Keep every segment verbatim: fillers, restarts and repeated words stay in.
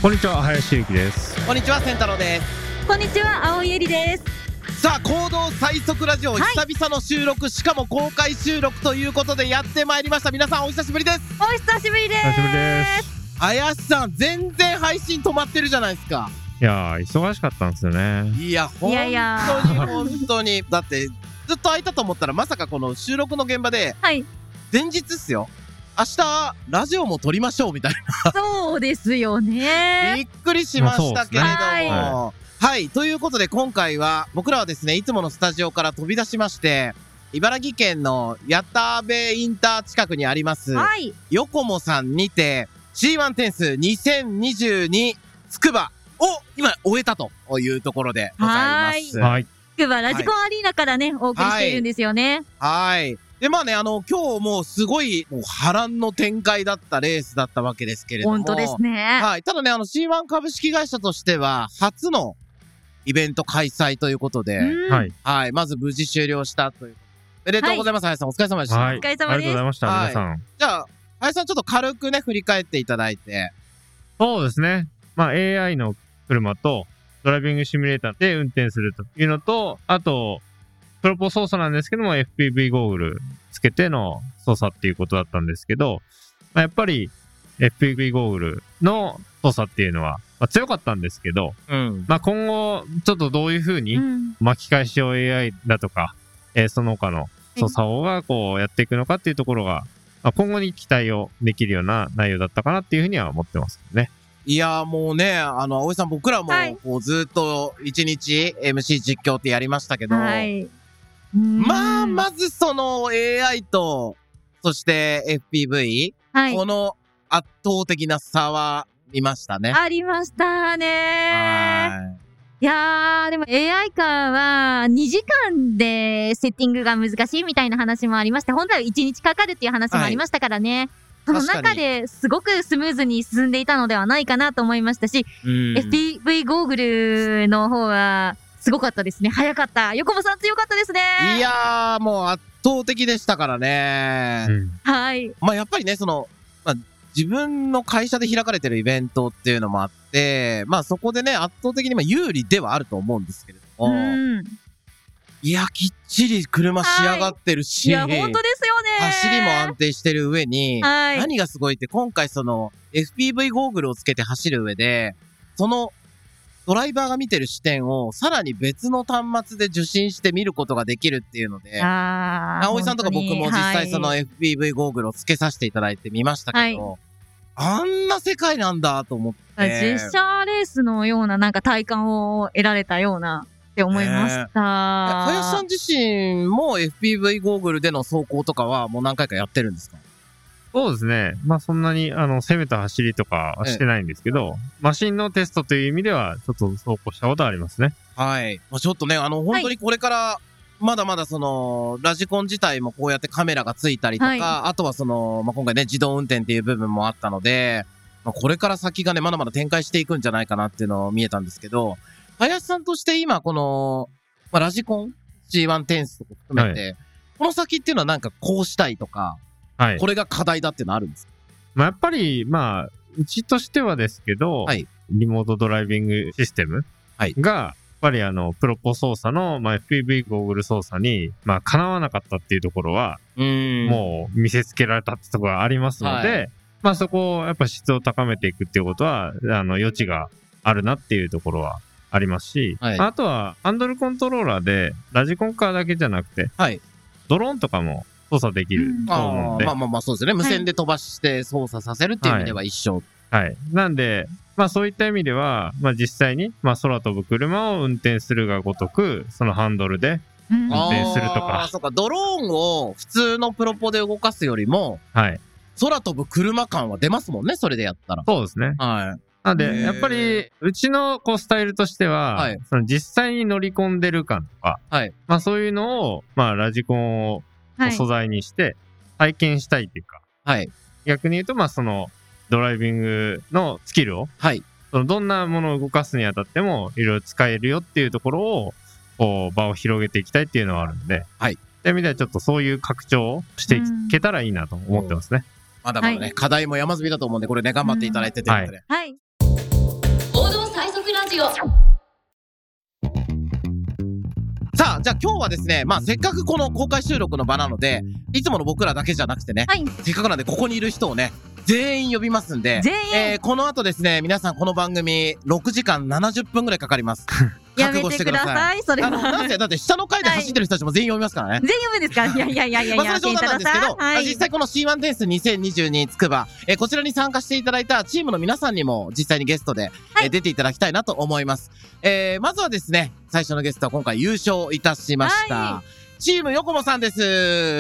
こんにちは、林ゆきです。 こんにちは、千太郎です。 こんにちは、青井えりです。 さあ、行動最速ラジオ、はい、久々の収録、しかも公開収録ということでやってまいりました。皆さんお久しぶりです。 お久しぶりです。 久しぶりです。 林さん、全然配信止まってるじゃないですか。 いやー、忙しかったんですよね。 いや、本当に本当にだってずっと空いたと思ったら、まさかこの収録の現場で、 はい、 前日っすよ。明日ラジオも撮りましょうみたいな。 そうですよね。 びっくりしましたけれども、 はい、 はい、はい、ということで今回は僕らはですね、いつものスタジオから飛び出しまして、茨城県の谷田部インター近くにあります、はい、よこもさんにて シーワン テンスにせんにじゅうにつくばを今終えたというところでございます。 はい、 つくばラジコンアリーナからね、はい、お送りしているんですよね。 はい、はいでまあね、あの今日もすごいもう波乱の展開だったレースだったわけですけれども、 本当ですね。 はい、ただね、あの シーワン 株式会社としては初のイベント開催ということで、はい、はい、まず無事終了したという。おめでとうございます、はい、林さんお疲れ様でした。 はい、 お疲れ様です。 ありがとうございました、 はい、 皆さん。 じゃあ林さん、ちょっと軽くね振り返っていただいて。 そうですね、まあ エーアイ の車とドライビングシミュレーターで運転するというのと、あとプロポ操作なんですけども エフピーブイ ゴーグルつけての操作っていうことだったんですけど、まあ、やっぱり エフピーブイ ゴーグルの操作っていうのは、まあ、強かったんですけど、うん、まあ今後ちょっとどういう風に巻き返しを エーアイ だとか、えー、その他の操作法がこうやっていくのかっていうところが、まあ、今後に期待をできるような内容だったかなっていうふうには思ってますね。 いやーもうね、あの葵さん、僕らもこうずっと一日 エムシー 実況ってやりましたけど、はい、まあまずその エーアイ とそして エフピーブイ、はい、この圧倒的な差は見ましたね。 ありましたね。はい、いやーでも エーアイ カーはにじかんでセッティングが難しいみたいな話もありまして、本当はいちにちかかるっていう話もありましたからね、はい、その中ですごくスムーズに進んでいたのではないかなと思いましたし、 エフピーブイ ゴーグルの方はすごかったですね。早かった。横もさん強かったですね。 いやーもう圧倒的でしたからね、うん、はい。まあやっぱりね、その、まあ、自分の会社で開かれてるイベントっていうのもあって、まあそこでね圧倒的にまあ有利ではあると思うんですけれども、うん、いやきっちり車仕上がってるし、 はい、いや本当ですよね。 走りも安定してる上に、はい、何がすごいって今回その エフピーブイ ゴーグルをつけて走る上で、そのドライバーが見てる視点をさらに別の端末で受信して見ることができるっていうので、葵さんとか僕も実際その エフピーブイ ゴーグルをつけさせていただいてみましたけど、はい、あんな世界なんだと思って、 実車レースのようななんか体感を得られたようなって思いました。 林さん自身も エフピーブイ ゴーグルでの走行とかはもう何回かやってるんですか？ そうですね。まあそんなにあの攻めた走りとかはしてないんですけど、ええ、マシンのテストという意味ではちょっと走行したことはありますね。 はい。まあ、ちょっとね、あの本当にこれからまだまだそのラジコン自体もこうやってカメラがついたりとか、はい、あとはその、まあ、今回ね自動運転っていう部分もあったので、まあ、これから先がねまだまだ展開していくんじゃないかなっていうのを見えたんですけど、林さんとして今この、まあ、ラジコン シーワン テンスとか含めて、はい、この先っていうのはなんかこうしたいとか、はい、これが課題だっていうのあるんですか？ まあ、やっぱり、まあ、うちとしてはですけど、はい、リモートドライビングシステムが、やっぱりあの、プロポ操作の、まあ、エフピーブイ ゴーグル操作に、まあ、かなわなかったっていうところは、うーんもう見せつけられたってところがありますので、はい、まあ、そこをやっぱ質を高めていくっていうことは、あの、余地があるなっていうところはありますし、はい、あとは、ハンドルコントローラーで、ラジコンカーだけじゃなくて、はい、ドローンとかも、操作できると思うんで、 うん、あまあまあまあそうですね、無線で飛ばして操作させるっていう意味では一緒、 はい、はい、なんでまあそういった意味では、まあ、実際に、まあ、空飛ぶ車を運転するがごとくそのハンドルで運転するとか、 あそうか、ドローンを普通のプロポで動かすよりも、はい、空飛ぶ車感は出ますもんね、それでやったら。 そうですね、はい、なんでやっぱりうちのこうスタイルとしては、はい、その実際に乗り込んでる感とか、はい、まあ、そういうのを、まあ、ラジコンを素材にして体験したいっていうか、はい、逆に言うとまあそのドライビングのスキルを、はい、そのどんなものを動かすにあたってもいろいろ使えるよっていうところをこう場を広げていきたいっていうのはあるんで、はい、そういう意味ではちょっとそういう拡張をしていけたらいいなと思ってますね。 まだまだね、はい、課題も山積みだと思うんで、これね頑張っていただいてということで、はい、はいジオ。 さあ、じゃあ今日はですね、まあせっかくこの公開収録の場なので、いつもの僕らだけじゃなくてね、 はい。 せっかくなんでここにいる人をね、全員呼びますんで、 全員、 えー、この後ですね、皆さんこの番組ろくじかんななじゅっぷんぐらいかかります。 や覚めてくだ悟してください。 さい、それは。 あの、なんせ、だって下の階で走ってる人たちも全員呼びますからね。 全員読むんですか？いやいやいやいやいや、 まあ、それ冗談なんですけど、 はい、 実際この シーワン テンスにせんにじゅうにつくば、えー、こちらに参加していただいたチームの皆さんにも実際にゲストで、はい、えー、出ていただきたいなと思います。えー、まずはですね、最初のゲストは今回優勝いたしました。はい、チームヨコモさんです。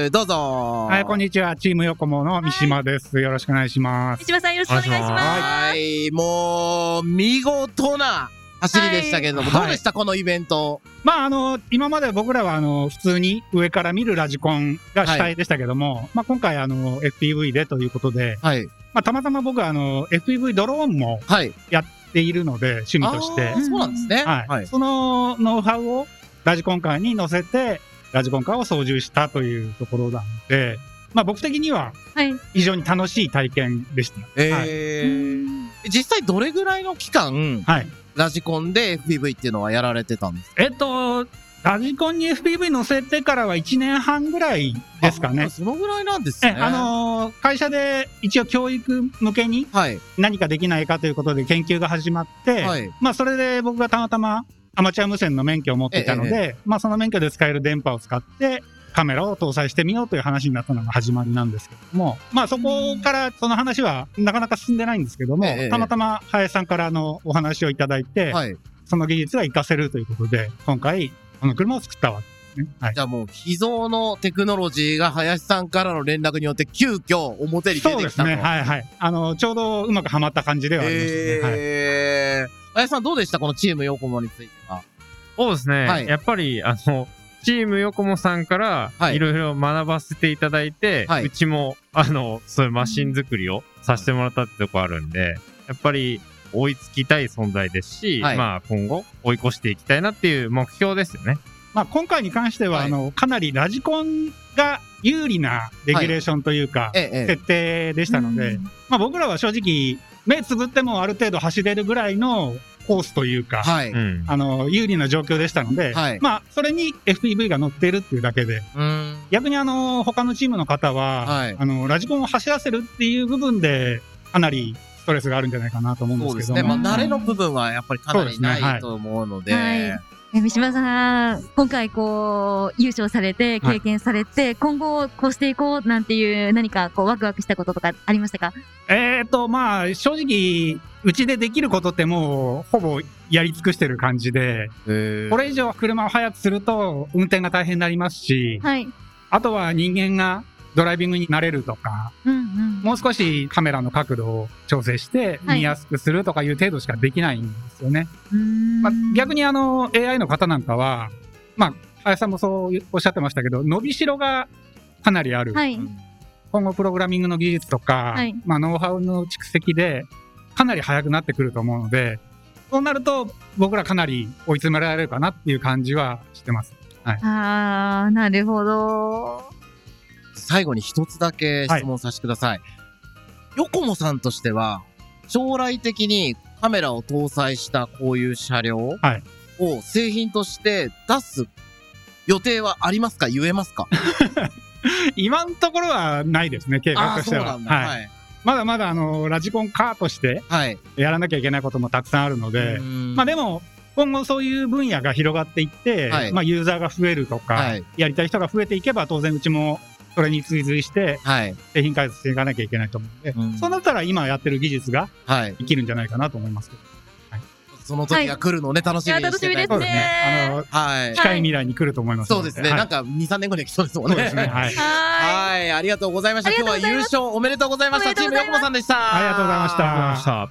どうぞ。 はい、こんにちは。チームヨコモの三島です。はい、よろしくお願いします。 三島さんよろしくお願いします。 はい、もう、見事な走りでしたけれども、はい、どうでした、はい、このイベント。 まあ、あの、今まで僕らは、あの、普通に上から見るラジコンが主体でしたけども、はい、まあ、今回、あの、エフピーブイ でということで、はい。まあ、たまたま僕は、あの、エフピーブイ ドローンもやっているので、趣味として。 そうなんですね。 はい。はい、そのノウハウをラジコンカーに乗せて、ラジコンカーを操縦したというところなので、まあ僕的には非常に楽しい体験でした。 えーはい、実際どれぐらいの期間、はい、ラジコンで エフピーブイ っていうのはやられてたんですか？ えっと、ラジコンに エフピーブイ 乗せてからはいちねんはんぐらいですかね。 そのぐらいなんですね。 あのー、会社で一応教育向けに何かできないかということで研究が始まって、はい、まあそれで僕がたまたまアマチュア無線の免許を持っていたので、ええ、まあその免許で使える電波を使ってカメラを搭載してみようという話になったのが始まりなんですけども、まあそこからその話はなかなか進んでないんですけども、え、たまたま林さんからのお話をいただいて、はい、その技術が活かせるということで、今回この車を作ったわけですね。はい、 じゃあもう秘蔵のテクノロジーが林さんからの連絡によって急遽表に出てきたと。 そうですね。はいはい。あの、ちょうどうまくはまった感じではありましたね。 えーはい、林さんどうでしたこのチームヨコモについては。 そうですね。はい、やっぱり、あの、チームヨコモさんからいろいろ学ばせていただいて、はい、うちも、あの、そういうマシン作りをさせてもらったってとこあるんで、やっぱり追いつきたい存在ですし、はい、まあ今後追い越していきたいなっていう目標ですよね。 まあ今回に関しては、はい、あの、かなりラジコンが有利なレギュレーションというか、はい、設定でしたので、まあ僕らは正直、目つぶってもある程度走れるぐらいのコースというか、はい、あの、有利な状況でしたので、はい、まあ、それに エフピーブイ が乗っているっていうだけで、うん逆にあの、他のチームの方は、はい、あの、ラジコンを走らせるっていう部分で、かなりストレスがあるんじゃないかなと思うんですけども。そうですね。 まあ、慣れの部分はやっぱりかなりないと思うので、 はい三島さん、今回こう、優勝されて、経験されて、はい、今後こうしていこうなんていう何かこう、ワクワクしたこととかありましたか？ えーと、まあ、正直、うちでできることってもう、ほぼやり尽くしてる感じで、これ以上車を速くすると、運転が大変になりますし、はい、あとは人間がドライビングになれるとか、うんうん、もう少しカメラの角度を調整して見やすくするとかいう程度しかできないんですよね。はいまあ、逆にあの エーアイ の方なんかは、まあ、林さんもそうおっしゃってましたけど、伸びしろがかなりある。はい、今後プログラミングの技術とか、はい、まあ、ノウハウの蓄積でかなり速くなってくると思うので、そうなると僕らかなり追い詰められるかなっていう感じはしてます。はい、 あー、なるほど。 最後に一つだけ質問させてください。はい、ヨコモさんとしては、将来的にカメラを搭載したこういう車両を製品として出す予定はありますか？言えますか？ 今のところはないですね、計画としては。はい。まだまだあの、ラジコンカーとしてやらなきゃいけないこともたくさんあるので、まあでも、今後そういう分野が広がっていって、はい、まあユーザーが増えるとか、はい、やりたい人が増えていけば当然うちもそれに追随して、製品開発していかなきゃいけないと思うので、はい、そうなったら今やってる技術が生きるんじゃないかなと思いますけど。はい、 その時が来るのをね、楽しみにしてたい。楽しみですね。 あの、はい、近い未来に来ると思います。 そうですね。なんかに、さんねんごには来そうですもんね。そうですね。はい。はい。ありがとうございました。今日は優勝おめでとうございました。チームヨコモさんでした。 ありがとうございました。 はい。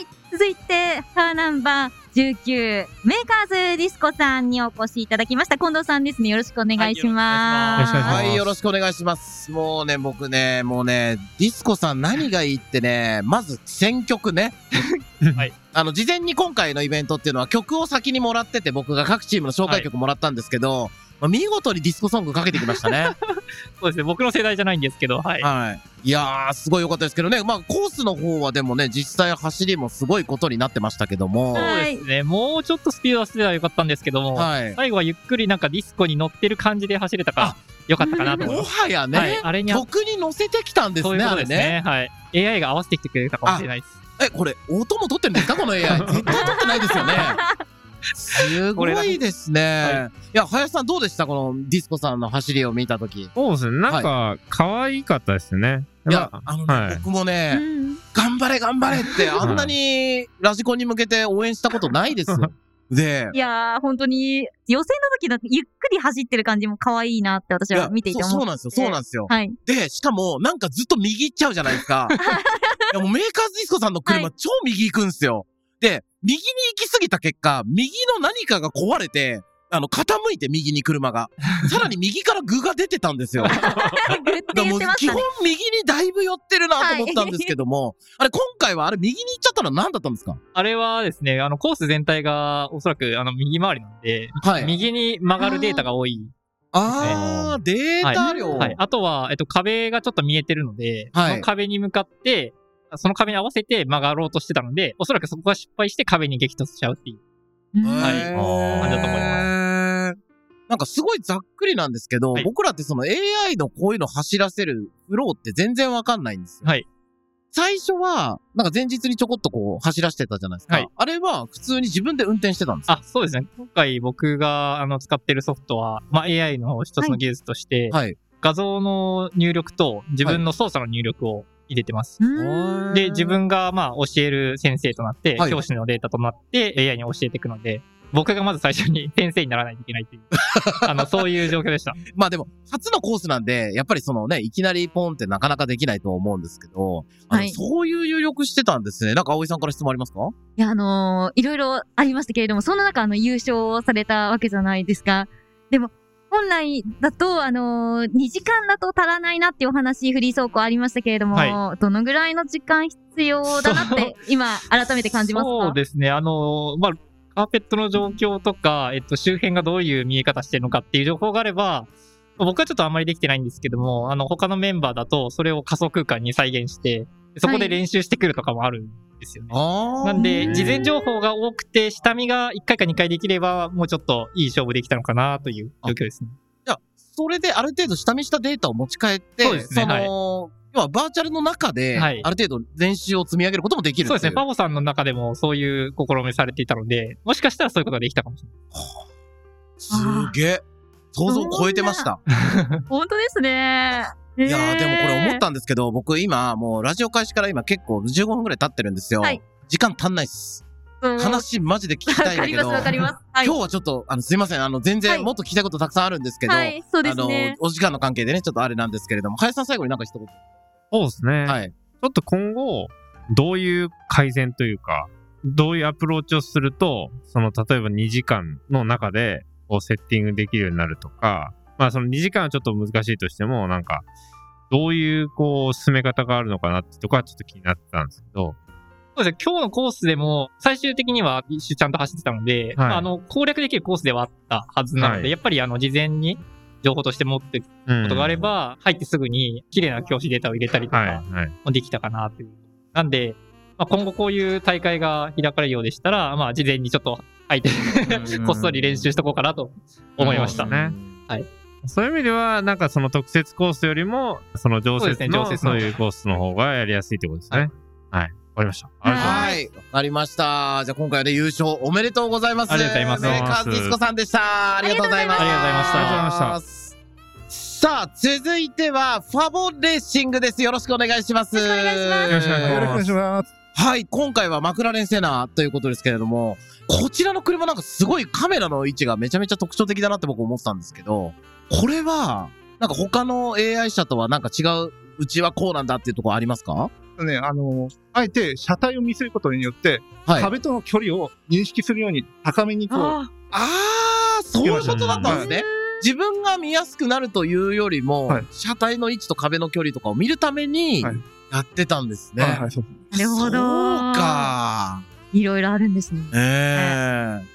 続いて、カーナンバーじゅうきゅう、メーカーズディスコさんにお越しいただきました。近藤さんですね。よろしくお願いします。 はい、よろしくお願いします。もうね、僕ね、もうね、ディスコさん何がいいってね、まず選曲ね。はい。あの、事前に今回のイベントっていうのは曲を先にもらってて、僕が各チームの紹介曲もらったんですけど、 まあ、見事にディスコソングかけてきましたね。 そうですね、僕の世代じゃないんですけど、はい。 はい。いやー、すごい良かったですけどね。まあ、コースの方はでもね、実際走りもすごいことになってましたけども。 そうですね、もうちょっとスピード出せたらよかったんですけども、はい、最後はゆっくりなんかディスコに乗ってる感じで走れたからよかったかなと思います。 もはやね、はい、あれに曲に乗せてきたんですね、そういうことですね、あれね。 はい。エーアイ が合わせてきてくれたかもしれないです。 え、これ、音も取ってるんですかこの エーアイ。絶対取ってないですよね。すごいですね。はい、いや、林さんどうでしたこのディスコさんの走りを見たとき。 そうですね。なんか、可愛かったですね。 いや、あのね、はい、僕もね、うん、頑張れ頑張れって、あんなにラジコンに向けて応援したことないですよ。で。 いやー、本当に、予選の時のゆっくり走ってる感じも可愛いなって私は見ていて思って。 そうなんですよ、そうなんですよ。はい。で、しかも、なんかずっと右行っちゃうじゃないですか。いやもうメーカーズディスコさんの車、はい、超右行くんですよ。で、右に行き過ぎた結果、右の何かが壊れて、あの、傾いて右に車が。さらに右から具が出てたんですよ。でも基本右にだいぶ寄ってるなと思ったんですけども、はい、あれ今回はあれ右に行っちゃったのは何だったんですか？ あれはですね、あのコース全体がおそらくあの右回りなんで、はい、右に曲がるデータが多い、ね。 あー、データ量、はいはい。あとは、えっと、壁がちょっと見えてるので、はい、その壁に向かって、その壁に合わせて曲がろうとしてたので、おそらくそこが失敗して壁に激突しちゃうっていう、はい、感じだと思います。 なんかすごいざっくりなんですけど、はい、僕らってその エーアイ のこういうの走らせるフローって全然わかんないんですよ。はい。最初は、なんか前日にちょこっとこう走らせてたじゃないですか。はい。あれは普通に自分で運転してたんですか？ あ、そうですね。今回僕があの使ってるソフトは、まあ エーアイ の一つの技術として、はい。画像の入力と自分の操作の入力を入れてます。はい、で、自分がまあ教える先生となって、はい、教師のデータとなって エーアイ に教えていくので、僕がまず最初に先生にならないといけないという、あの、そういう状況でした。 まあでも、初のコースなんで、やっぱりそのね、いきなりポンってなかなかできないと思うんですけど、あの、はい、そういう入力してたんですね。なんか葵さんから質問ありますか？ いや、あのー、いろいろありましたけれども、そんな中、あの、優勝されたわけじゃないですか。でも、本来だと、あのー、にじかんだと足らないなっていうお話、フリー走行ありましたけれども、はい、どのぐらいの時間必要だなって、今、改めて感じますか？ そうですね。あのー、まあ、カーペットの状況とか、えっと、周辺がどういう見え方してるのかっていう情報があれば、僕はちょっとあんまりできてないんですけども、あの、他のメンバーだと、それを仮想空間に再現して、そこで練習してくるとかもあるんですよね。はい、なんで、事前情報が多くて、下見がいっかいかにかいできれば、もうちょっといい勝負できたのかなという状況ですね。 じゃあ、それである程度下見したデータを持ち帰って、そうですね。その、はい、要はバーチャルの中で、ある程度練習を積み上げることもできる、 はい、そうですね。パボさんの中でもそういう試みされていたので、もしかしたらそういうことができたかもしれない。はあ、すげえ。想像を超えてました。 本当ですね。 いやー、でもこれ思ったんですけど、僕今、もうラジオ開始から今結構じゅうごふんくらい経ってるんですよ。はい、時間足んないっす。話マジで聞きたいんだけど、 わかりますわかります。はい、 今日はちょっと、あの、すいません。あの、全然もっと聞きたいことたくさんあるんですけど、はい、そうですね。あの、お時間の関係でね、ちょっとあれなんですけれども、林さん最後になんか一言。 そうですね。はい。ちょっと今後、どういう改善というか、どういうアプローチをすると、その、例えばにじかんの中で、こう、セッティングできるようになるとか、まあ、そのにじかんはちょっと難しいとしても、なんか、どういう、こう、進め方があるのかなってとこはちょっと気になってたんですけど、 そうですね。今日のコースでも、最終的には一周ちゃんと走ってたので、はい、あの、攻略できるコースではあったはずなので、はい、やっぱりあの、事前に情報として持っていくことがあれば、うん、入ってすぐに綺麗な教師データを入れたりとかもできたかなという。はいはい、なんで、まあ、今後こういう大会が開かれるようでしたら、まあ、事前にちょっと入ってこっそり練習しとこうかなと思いました。ね。はい。 そういう意味では、なんかその特設コースよりも、その常設のそういうコースの方がやりやすいってことですね。はい。はいわかりました。ありがとうございます。はい。わかりました。じゃあ今回はね、優勝おめでとうございます。 ありがとうございます。 メーカーズディスコさんでした。ありがとうございます。 ありがとうございました。 ありがとうございました。さあ、続いては、ファボレーシングです。よろしくお願いします。 よろしくお願いします。 よろしくお願いします。 はい。今回はマクラーレンセナということですけれども、こちらの車なんかすごいカメラの位置がめちゃめちゃ特徴的だなって僕思ってたんですけど、これは、なんか他の エーアイ 車とはなんか違う、うちはこうなんだっていうところありますか？ ね、あの、あえて車体を見せることによって、はい、壁との距離を認識するように高めにこう。 ああ、そういうことだったんですね。自分が見やすくなるというよりも、はい、車体の位置と壁の距離とかを見るために、やってたんですね。はいはいはい、そうなるほど。 そうか。 いろいろあるんですね。 ええー。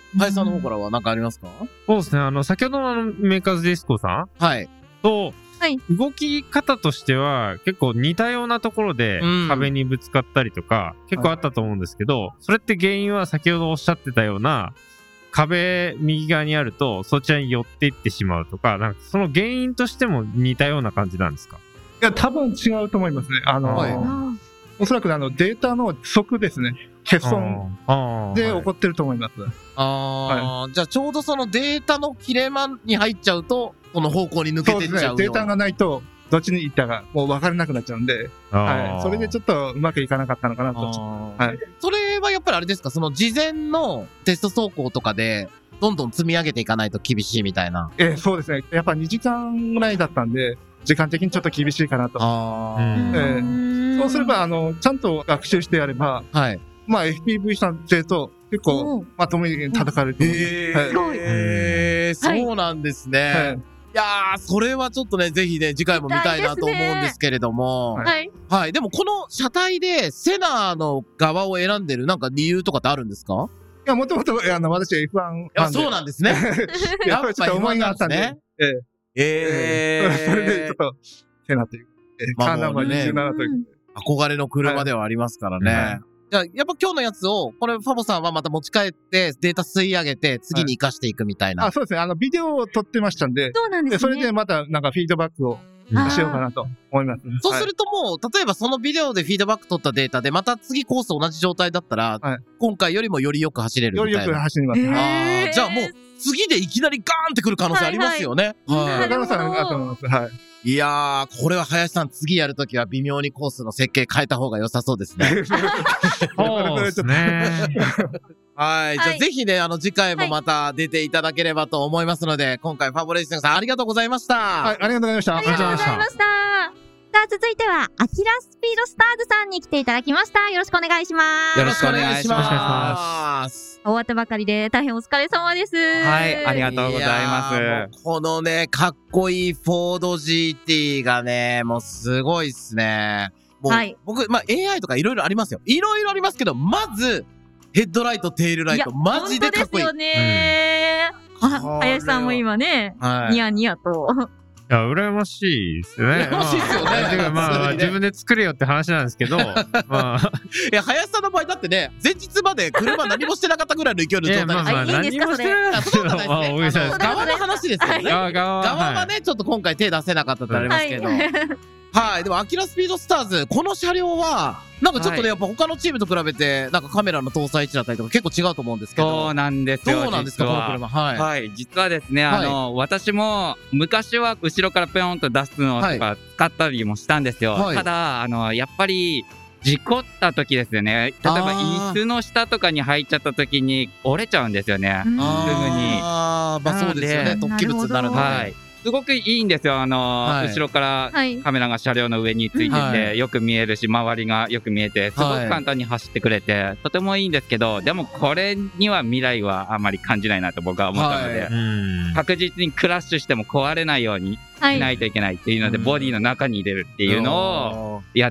林さんの方からは何かありますか？ そうですね。あの、先ほどのあのメーカーズディスコさんはいと、 はい、 動き方としては結構似たようなところで壁にぶつかったりとか、うん、結構あったと思うんですけど、はい、それって原因は先ほどおっしゃってたような壁右側にあるとそちらに寄っていってしまうとか、なんかその原因としても似たような感じなんですか？ いや、多分違うと思いますね。あの、はい、おそらくあのデータの不足ですね。欠損で起こってると思います。 ああ、はい、じゃあちょうどそのデータの切れ間に入っちゃうと、この方向に抜けてっちゃうような。そうですね。 データがないと、どっちに行ったかもう分からなくなっちゃうんで、はい。それでちょっとうまくいかなかったのかなと。はい。 それはやっぱりあれですか、その事前のテスト走行とかで、どんどん積み上げていかないと厳しいみたいな。 ええ、そうですね。やっぱにじかんぐらいだったんで、時間的にちょっと厳しいかなと。ああ。ええ。そうすれば、あの、ちゃんと学習してやれば、はい。まあ エフピーブイ さんってと結構まともに叩かれてる。 えー、えー、そうなんですね。はい、いやー、それはちょっとね、ぜひね、次回も見たいなと思うんですけれども。はい。はい。でもこの車体でセナの側を選んでるなんか理由とかってあるんですか？ いや、もともと、あの、私は エフワン ファンで。 そうなんですね。 やっぱりちょっと思いがあったんで。ええ。ええ。それでちょっと、セナという。カーナンバーにじゅうななという。 憧れの車ではありますからね。じゃあ、やっぱ今日のやつを、これ、ファボさんはまた持ち帰って、データ吸い上げて、次に活かしていくみたいな。 はい、あ、そうですね。あの、ビデオを撮ってましたんで。 そうなんですね。 それでまた、なんかフィードバックをしようかなと思います。 そうするともう、例えばそのビデオでフィードバック取ったデータで、また次コース同じ状態だったら、はい、今回よりもよりよく走れるみたいな。 よりよく走ります。 ああ、じゃあもう、次でいきなりガーンってくる可能性ありますよね。 はい、はい。わかりました。ありがとうございます。はい。 いやー、これは林さん次やるときは微妙にコースの設計変えた方が良さそうですね。 そうですね。 はい。じゃあぜひね、あの次回もまた出ていただければと思いますので、はい、今回ファボレーシングさんありがとうございました。 はい、ありがとうございました。 ありがとうございました。さあ、続いては、アキラスピードスターズさんに来ていただきました。よろしくお願いします。 よろしくお願いします。 終わったばかりで大変お疲れ様です。 はい、ありがとうございます。 このね、かっこいいフォード ジーティー がね、もうすごいっすね。もう、はい、僕、まあ、エーアイ とかいろいろありますよ。いろいろありますけど、まず、ヘッドライト、テールライト、マジでかっこいい。 本当ですよね、うん、あ、林さんも今ね、はい、ニヤニヤと。 いや、羨ましいですよね。 羨ましいですよね。 まあ、自分で作れよって話なんですけど、まあ。 いや、林さんの場合だってね、前日まで車何もしてなかったぐらいの勢いの状態です。 まあ、いいんですか、それ。 そうなんですね。側の話ですよね。側はね、ちょっと今回手出せなかったってありますけど。はい。でも、アキラスピードスターズ、この車両は、なんかちょっとね、やっぱ他のチームと比べて、なんかカメラの搭載位置だったりとか結構違うと思うんですけど。 そうなんですよ。 そうなんですか、この車。はい。 はい。実はですね、あの、私も、昔は後ろからペヨンと出すのとか使ったりもしたんですよ。ただ、あの、やっぱり、事故った時ですよね。例えば、椅子の下とかに入っちゃった時に折れちゃうんですよね。すぐに。 ああ、まあそうですよね。突起物になるので。はい。 すごくいいんですよ。あの、はい、後ろからカメラが車両の上についてて、はい、よく見えるし、周りがよく見えて、すごく簡単に走ってくれて、はい、とてもいいんですけど、でもこれには未来はあまり感じないなと僕は思ったので、はい、確実にクラッシュしても壊れないようにしないといけないっていうので、はい、ボディの中に入れるっていうのをやって、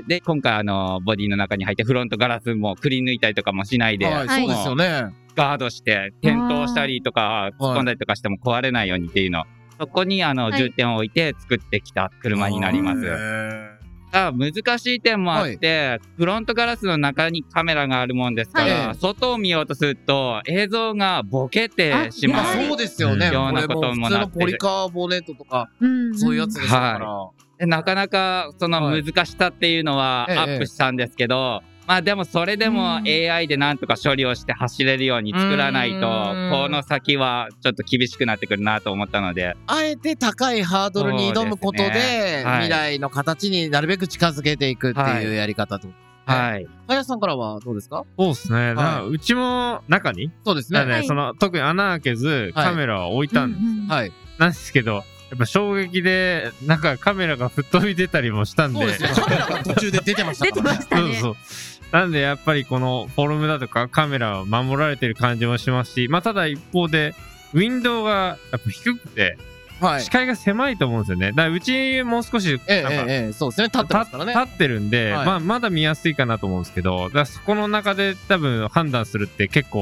で、今回あの、ボディの中に入ってフロントガラスもくり抜いたりとかもしないで、 はい、そうですよね。 ガードして、転倒したりとか、突っ込んだりとかしても壊れないようにっていうの。そこにあの重点を置いて作ってきた車になります。ただ難しい点もあって、はい、フロントガラスの中にカメラがあるもんですから、はい、外を見ようとすると映像がボケてしまうそうですよね。 ようなこともなってる。 普通のポリカーボネットとか、うん、そういうやつですから、はい、 なかなかその難しさっていうのはアップしたんですけど、はいええまあでもそれでも エーアイ でなんとか処理をして走れるように作らないと、この先はちょっと厳しくなってくるなと思ったので。 あえて高いハードルに挑むことで、未来の形になるべく近づけていくっていうやり方と。 はい。 林さんからはどうですか？ そうですね。うちも中にそうですね。 その特に穴開けずカメラを置いたんです。はい。なんですけど、やっぱ衝撃で、なんかカメラが吹っ飛び出たりもしたんで。そうですよ。カメラが途中で出てましたからね。 出てましたね。 そうそう。なんでやっぱりこのフォルムだとかカメラを守られてる感じもしますし、まあただ一方で、ウィンドウがやっぱ低くて、はい、視界が狭いと思うんですよね。だからうちもう少し、なんか、ええええ、そうですね、立ってますからね。 立ってるんで、はい、まあまだ見やすいかなと思うんですけど、だからそこの中で多分判断するって結構、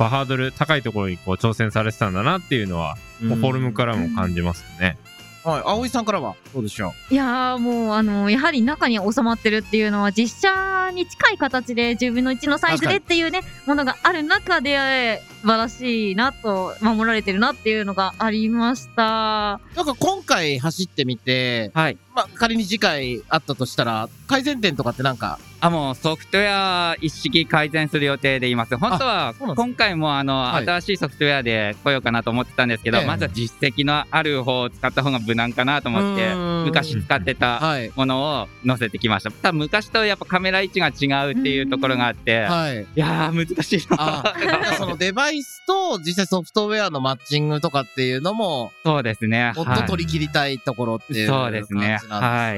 ぱハードル高いところにこう挑戦されてたんだなっていうのは、もうフォルムからも感じますね。 はい、葵さんからはどうでしょう。いやーもうあのやはり中に収まってるっていうのは実写に近い形でじゅうぶんのいちのサイズでっていうねものがある中で素晴らしいなと守られてるなっていうのがありました。 なんか今回走ってみて、はい、まあ仮に次回あったとしたら改善点とかってなんかあ、もうソフトウェア一式改善する予定でいます。本当は今回もあの、はい、新しいソフトウェアで来ようかなと思ってたんですけど、ええ、まずは実績のある方を使った方が無難かなと思って昔使ってたものを載せてきました。ただ昔とやっぱカメラ位置が違うっていうところがあって、はい、いやー難しいな。 そのデバイスと実際ソフトウェアのマッチングとかっていうのもそうですね。 もっと取り切りたいところっていう感じなんですね。そうですね。はい。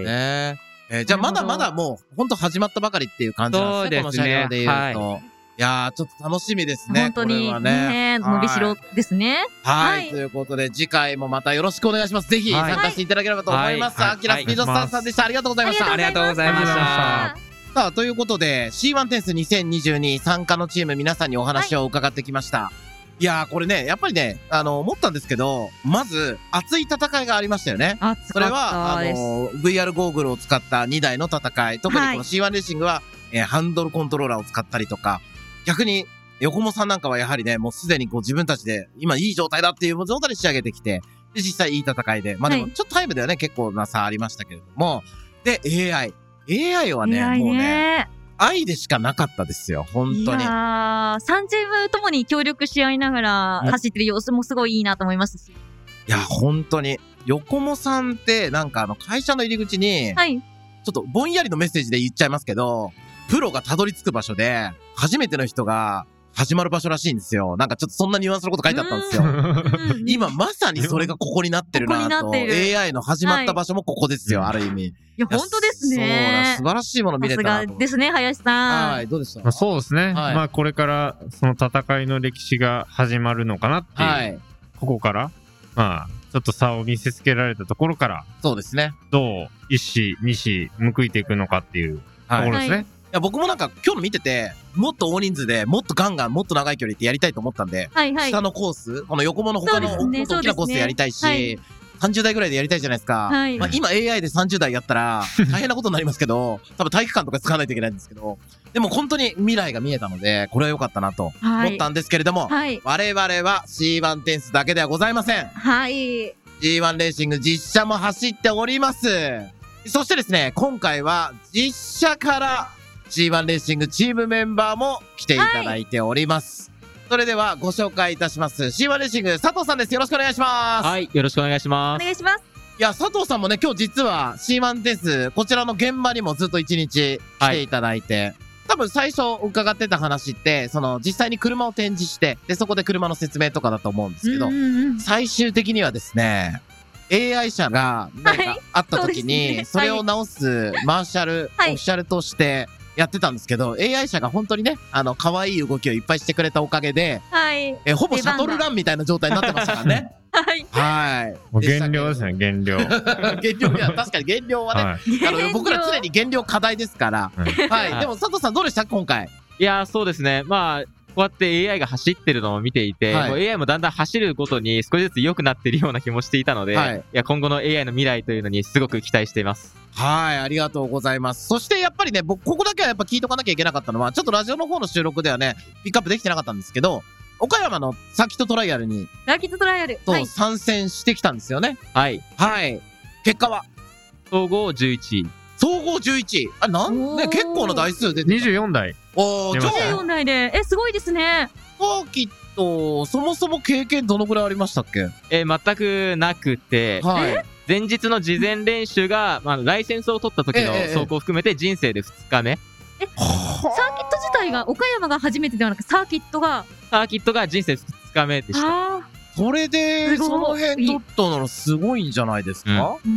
えー、じゃあまだまだもう本当始まったばかりっていう感じなんですね。そうですね。この車両で言うと。はい、いやーちょっと楽しみですね。 本当にこれはね、伸びしろですね。 はい。はい、ということで次回もまたよろしくお願いします。ぜひ参加していただければと思います。アキラスピードスタンさんでした。ありがとうございました。 ありがとうございました。 さあ、ということで シーワン テンスにせんにじゅうに参加のチーム皆さんにお話を伺ってきました。はい、いやーこれねやっぱりねあの思ったんですけどまず熱い戦いがありましたよね。それはあの ブイアール ゴーグルを使ったにだいの戦い、特にこの シーワン レーシングは、えー、ハンドルコントローラーを使ったりとか、逆に横もさんなんかはやはりねもうすでにこう自分たちで今いい状態だっていう状態で仕上げてきて、で実際いい戦いで、まあでもちょっとタイムではね結構な差ありましたけれども、で エーアイ エーアイ はね、エーアイ ねもうね愛でしかなかったですよ、本当に。いやー、さんチームともに協力し合いながら走ってる様子もすごいいいなと思いますし。いや、本当に。横もさんって、なんかあの、会社の入り口に、はい。ちょっとぼんやりのメッセージで言っちゃいますけど、プロがたどり着く場所で、初めての人が、始まる場所らしいんですよ。なんかちょっとそんなニュアンスのこと書いてあったんですよ。今まさにそれがここになってるなと。エーアイ の始まった場所もここですよ、はい、ある意味。いや、本当ですね。 そうだ、素晴らしいもの見れたなと。 さすがですね、林さん。 はい、どうでした？ そうですね。はい、まあこれからその戦いの歴史が始まるのかなっていう。はい、ここから、まあ、ちょっと差を見せつけられたところから、 そうですね。 どう一子、二子報いていくのかっていうところですね。はい、 いや僕もなんか今日の見てて、もっと大人数でもっとガンガンもっと長い距離ってやりたいと思ったんで、はいはい、下のコース、この横もの他の大きなコースでやりたいし、はい、さんじゅうだいぐらいでやりたいじゃないですか。はい、まあ今 エーアイ でさんじゅうだいやったら大変なことになりますけど、多分体育館とか使わないといけないんですけど、でも本当に未来が見えたので、これは良かったなと思ったんですけれども、はい、我々は シーワン テンスだけではございません。 はい。 シーワン レーシング実車も走っております。そしてですね、今回は実車から、シーワン レーシングチームメンバーも来ていただいております。はい、それではご紹介いたします。シーワン レーシング佐藤さんです。よろしくお願いします。 はい、よろしくお願いします。 お願いします。 いや、佐藤さんもね、今日実は シーワン です。こちらの現場にもずっと一日来ていただいて、はい、多分最初伺ってた話って、その実際に車を展示して、で、そこで車の説明とかだと思うんですけど、最終的にはですね、エーアイ 車が何かあった時に、それを直すマーシャル、オフィシャルとして、やってたんですけど、エーアイ 車が本当にね、あの、可愛い動きをいっぱいしてくれたおかげで、はい。え、ほぼシャトルランみたいな状態になってましたからね。はい。はい。 もう減量ですね、減量。 減量、いや、確かに減量はね、はい、あの、僕ら常に減量課題ですから、はい。はい、でも、佐藤さんどうでした今回。 いやー、そうですね。まあ、こうやって エーアイ が走ってるのを見ていて、はい、もう エーアイ もだんだん走るごとに少しずつ良くなってるような気もしていたので、はい、いや今後の エーアイ の未来というのにすごく期待しています。 はい、ありがとうございます。そしてやっぱりね、僕、ここだけはやっぱ聞いとかなきゃいけなかったのは、ちょっとラジオの方の収録ではね、ピックアップできてなかったんですけど、岡山のサーキットトライアルに、 サーキットトライアルと、はい、参戦してきたんですよね。 はい。 はい。結果は総合じゅういちい。 総合じゅういちい。あ、なんね、結構な台数で。 にじゅうよんだい。 おー、 にじゅうよんだいで。え、すごいですね。 サーキット、そもそも経験どのぐらいありましたっけ？ えー、全くなくて、はい。前日の事前練習が、まあ、ライセンスを取った時の走行を含めて人生でふつかめ。え、 えサーキット自体が岡山が初めてではなく、サーキットがサーキットが人生ふつかめでした。 それで、その辺取ったならすごいんじゃないですか？うん。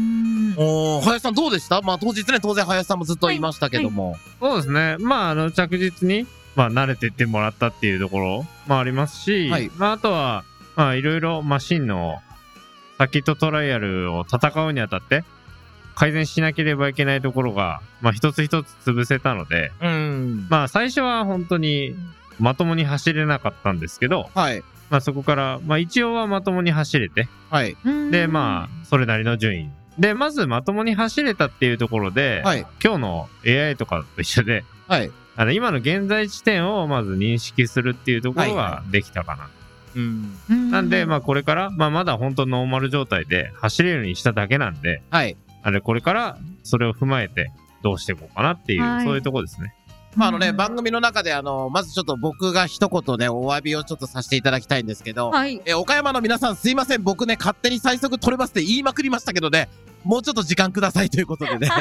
おー、林さんどうでした？まあ当日ね、当然林さんもずっといましたけども。はいはい、 そうですね。まあ、あの、着実に、まあ、慣れていってもらったっていうところもありますし、はい、まあ、あとは、まあ、いろいろマシンのサーキットトライアルを戦うにあたって、改善しなければいけないところが、まあ、一つ一つ潰せたので、うん、まあ、最初は本当に、 まともに走れなかったんですけど、 はい。 まあそこから、まあ一応はまともに走れて、 はい。 で、まあ、それなりの順位。で、まずまともに走れたっていうところで、はい、今日の エーアイ とかと一緒で、はい。あの、今の現在地点をまず認識するっていうところができたかな。はいはい、うん。なんで、まあこれから、まあまだ本当ノーマル状態で走れるようにしただけなんで、はい。あれ、これからそれを踏まえてどうしていこうかなっていう、はい、そういうところですね。 まああのね、番組の中であの、まずちょっと僕が一言ね、お詫びをちょっとさせていただきたいんですけど、はい。え、岡山の皆さんすいません。僕ね、勝手に最速取れますって言いまくりましたけどね、もうちょっと時間くださいということでね、はい、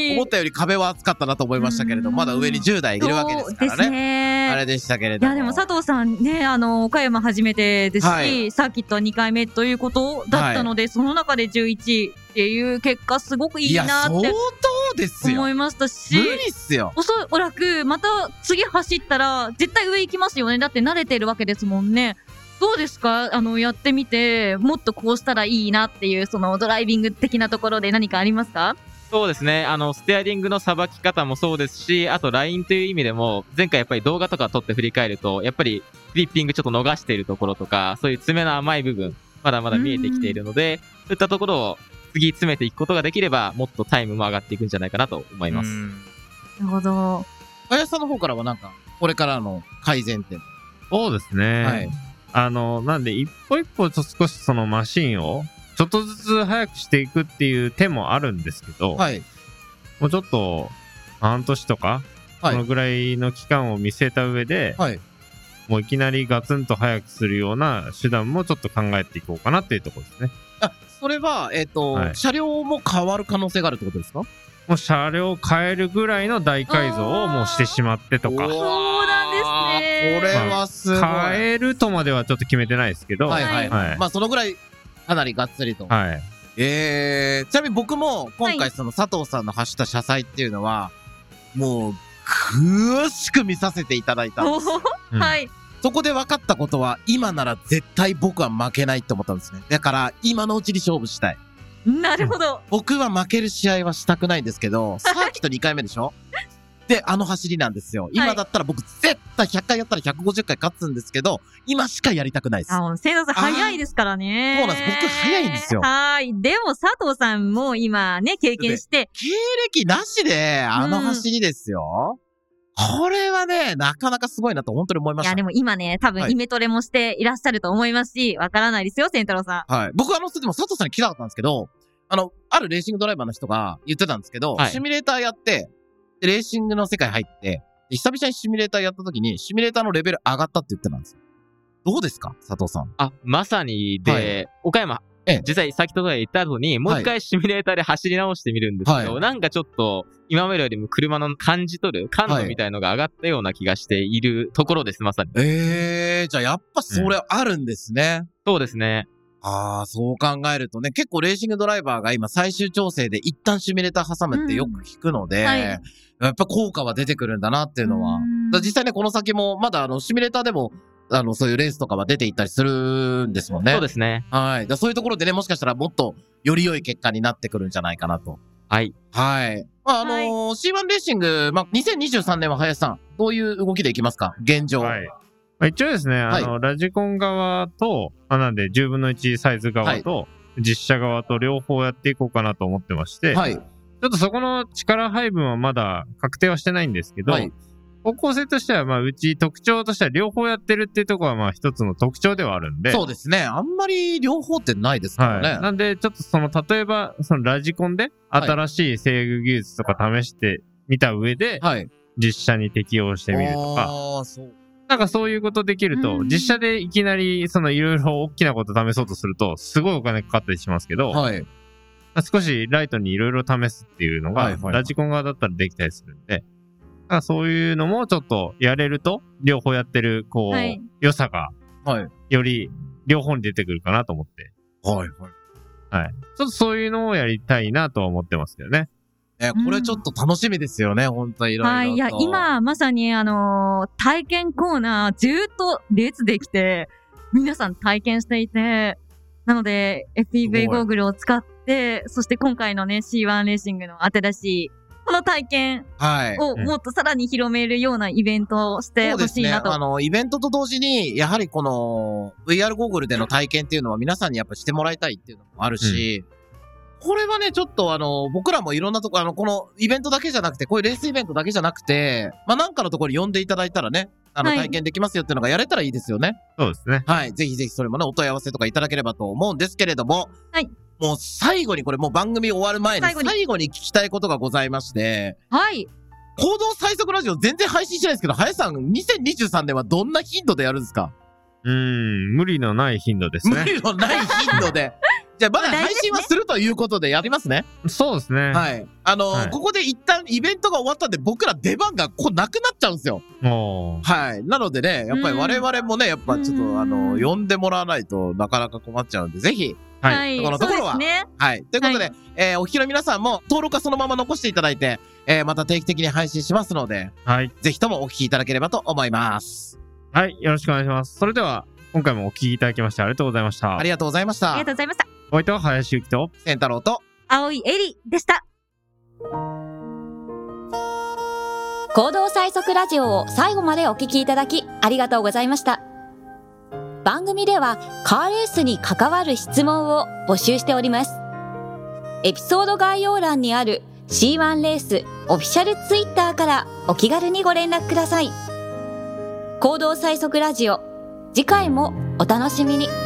思ったより壁は厚かったなと思いましたけれど、まだ上にじゅう代いるわけですからね。そうですね。あれでしたけれども。 いやでも佐藤さんね、あの、岡山初めてですし、はい、サーキットはにかいめということだったので、はい、その中でじゅういちいっていう結果すごくいいなって。いや、相当ですよ。 思いましたし。 無理っすよ。 おそらく、また次走ったら、絶対上行きますよね。だって慣れてるわけですもんね。どうですか？あの、やってみて、もっとこうしたらいいなっていう、そのドライビング的なところで何かありますか？ そうですね。あの、ステアリングのさばき方もそうですし、あとラインという意味でも、前回やっぱり動画とか撮って振り返ると、やっぱりフリッピングちょっと逃しているところとか、そういう爪の甘い部分、まだまだ見えてきているので、そういったところを次詰めていくことができれば、もっとタイムも上がっていくんじゃないかなと思います。なるほど。 林さんの方からはなんか、これからの改善点。 そうですね。はい。あの、なんで、一歩一歩と少しそのマシンを、ちょっとずつ速くしていくっていう手もあるんですけど、はい。もうちょっと、半年とか、はい、そのぐらいの期間を見据えた上で、はい。もういきなりガツンと速くするような手段もちょっと考えていこうかなっていうところですね。 あ、それは、えっと、はい、車両も変わる可能性があるってことですか？ もう車両を変えるぐらいの大改造をもうしてしまってとか。 そうなんですね。 これはすごい。 まあ、変えるとまではちょっと決めてないですけど。 はいはい。はい、まあそのぐらい、かなりがっつりと。はい。えー、ちなみに僕も今回その佐藤さんの走った車載っていうのは、もう、詳しく見させていただいたんです。はい。そこで分かったことは、今なら絶対僕は負けないって思ったんですね。だから、今のうちに勝負したい。 なるほど。 僕は負ける試合はしたくないんですけど、サーキットにかいめでしょで、あの走りなんですよ。今だったら僕絶対ひゃっかいやったらひゃくごじゅっかい勝つんですけど、今しかやりたくないです。 あ、もう、せいのさん早いですからね。 そうなんです。僕早いんですよ。 はい。でも佐藤さんも今ね、経験して。 経歴なしで、あの走りですよ。これはね、なかなかすごいなと本当に思いました。 いや、でも今ね、多分イメトレもしていらっしゃると思いますし、わからないですよ、センタロウさん。はい。僕あの、でも佐藤さんに聞きたかったんですけど、あの、あるレーシングドライバーの人が言ってたんですけど、はい、シミュレーターやって、で、レーシングの世界入って、久々にシミュレーターやった時に、シミュレーターのレベル上がったって言ってたんですよ。どうですか佐藤さん。 あ、まさにで、はい、岡山、ええ、実際先ほど言った後に、もう一回シミュレーターで走り直してみるんですけど、はい、なんかちょっと、今までよりも車の感じ取る、感度みたいのが上がったような気がしているところです、まさに。 ええー、じゃあやっぱそれあるんですね。 うん、そうですね。 ああ、そう考えるとね、結構レーシングドライバーが今最終調整で一旦シミュレーター挟むってよく聞くので、うんはい、やっぱ効果は出てくるんだなっていうのは。だ実際ね、この先もまだあのシミュレーターでも、あの、そういうレースとかは出ていったりするんですもんね。 そうですね。 はい。だそういうところでね、もしかしたらもっとより良い結果になってくるんじゃないかなと。 はい。 はい。まあ、あのーはい、シーワン レーシング、まあ、にせんにじゅうさんねんは林さん、どういう動きでいきますか現状。はい。 まあ、一応ですね、あの、はい、ラジコン側と、あなんでじゅうぶんのいちサイズ側と、はい、実写側と両方やっていこうかなと思ってまして、はい。ちょっとそこの力配分はまだ確定はしてないんですけど、はい。方向性としては、まあ、うち特徴としては両方やってるっていうところは、まあ、一つの特徴ではあるんで。 そうですね。あんまり両方ってないですからね。 はい。なんで、ちょっとその、例えば、そのラジコンで新しい制御技術とか試してみた上で、はい。実写に適用してみるとか。ああ、そう。なんかそういうことできると、実写でいきなり、そのいろいろ大きなこと試そうとすると、すごいお金かかったりしますけど、はい。少しライトにいろいろ試すっていうのが、はいはいはい、ラジコン側だったらできたりするんで、そういうのもちょっとやれると、両方やってる、こう、はい、良さが、はい。より、両方に出てくるかなと思って。はい、はい。はい。ちょっとそういうのをやりたいなとは思ってますけどね。 え、これちょっと楽しみですよね、うん、本当にいろいろと。はい、いや、 今、まさにあのー、体験コーナー、ずーっと列できて、皆さん体験していて、なので、エフピーブイ ゴーグルを使って、そして今回のね、シーワン レーシングの新しいこの体験をもっとさらに広めるようなイベントをしてほしいなと。そうですね。 あの、イベントと同時に、やはりこの ブイアール ゴーグルでの体験っていうのは皆さんにやっぱしてもらいたいっていうのもあるし、うん、これはね、ちょっとあの、僕らもいろんなとこ、あの、このイベントだけじゃなくて、こういうレースイベントだけじゃなくて、まあ、なんかのところに呼んでいただいたらね、あの、体験できますよっていうのがやれたらいいですよね。 そうですね。 はい。ぜひぜひそれもね、お問い合わせとかいただければと思うんですけれども、 はい。 もう最後にこれもう番組終わる前に最後に、最後に聞きたいことがございまして、 はい。 行動最速ラジオ全然配信してないですけど、林さん、にせんにじゅうさんねんはどんな頻度でやるんですか？ うーん、無理のない頻度ですね。 無理のない頻度で。じゃあまだ配信はするということでやりますね。 そうですね。 はい。あのーはい、ここで一旦イベントが終わったんで僕ら出番がこうなくなっちゃうんですよ。はい。なのでね、やっぱり我々もね、やっぱちょっとあのー、呼んでもらわないとなかなか困っちゃうんで、ぜひ、 はい。 このところは。ね、はい。ということで、はい、えー、お聞きの皆さんも登録はそのまま残していただいて、えー、また定期的に配信しますので、はい。ぜひともお聞きいただければと思います。 はい。よろしくお願いします。それでは、今回もお聞きいただきましてありがとうございました。 ありがとうございました。 ありがとうございました。 お相手は林幸と、 千太郎と、 青井エリでした。 行動最速ラジオを最後までお聞きいただきありがとうございました。番組ではカーレースに関わる質問を募集しております。エピソード概要欄にある シーワン レースオフィシャルツイッターからお気軽にご連絡ください。行動最速ラジオ、次回もお楽しみに。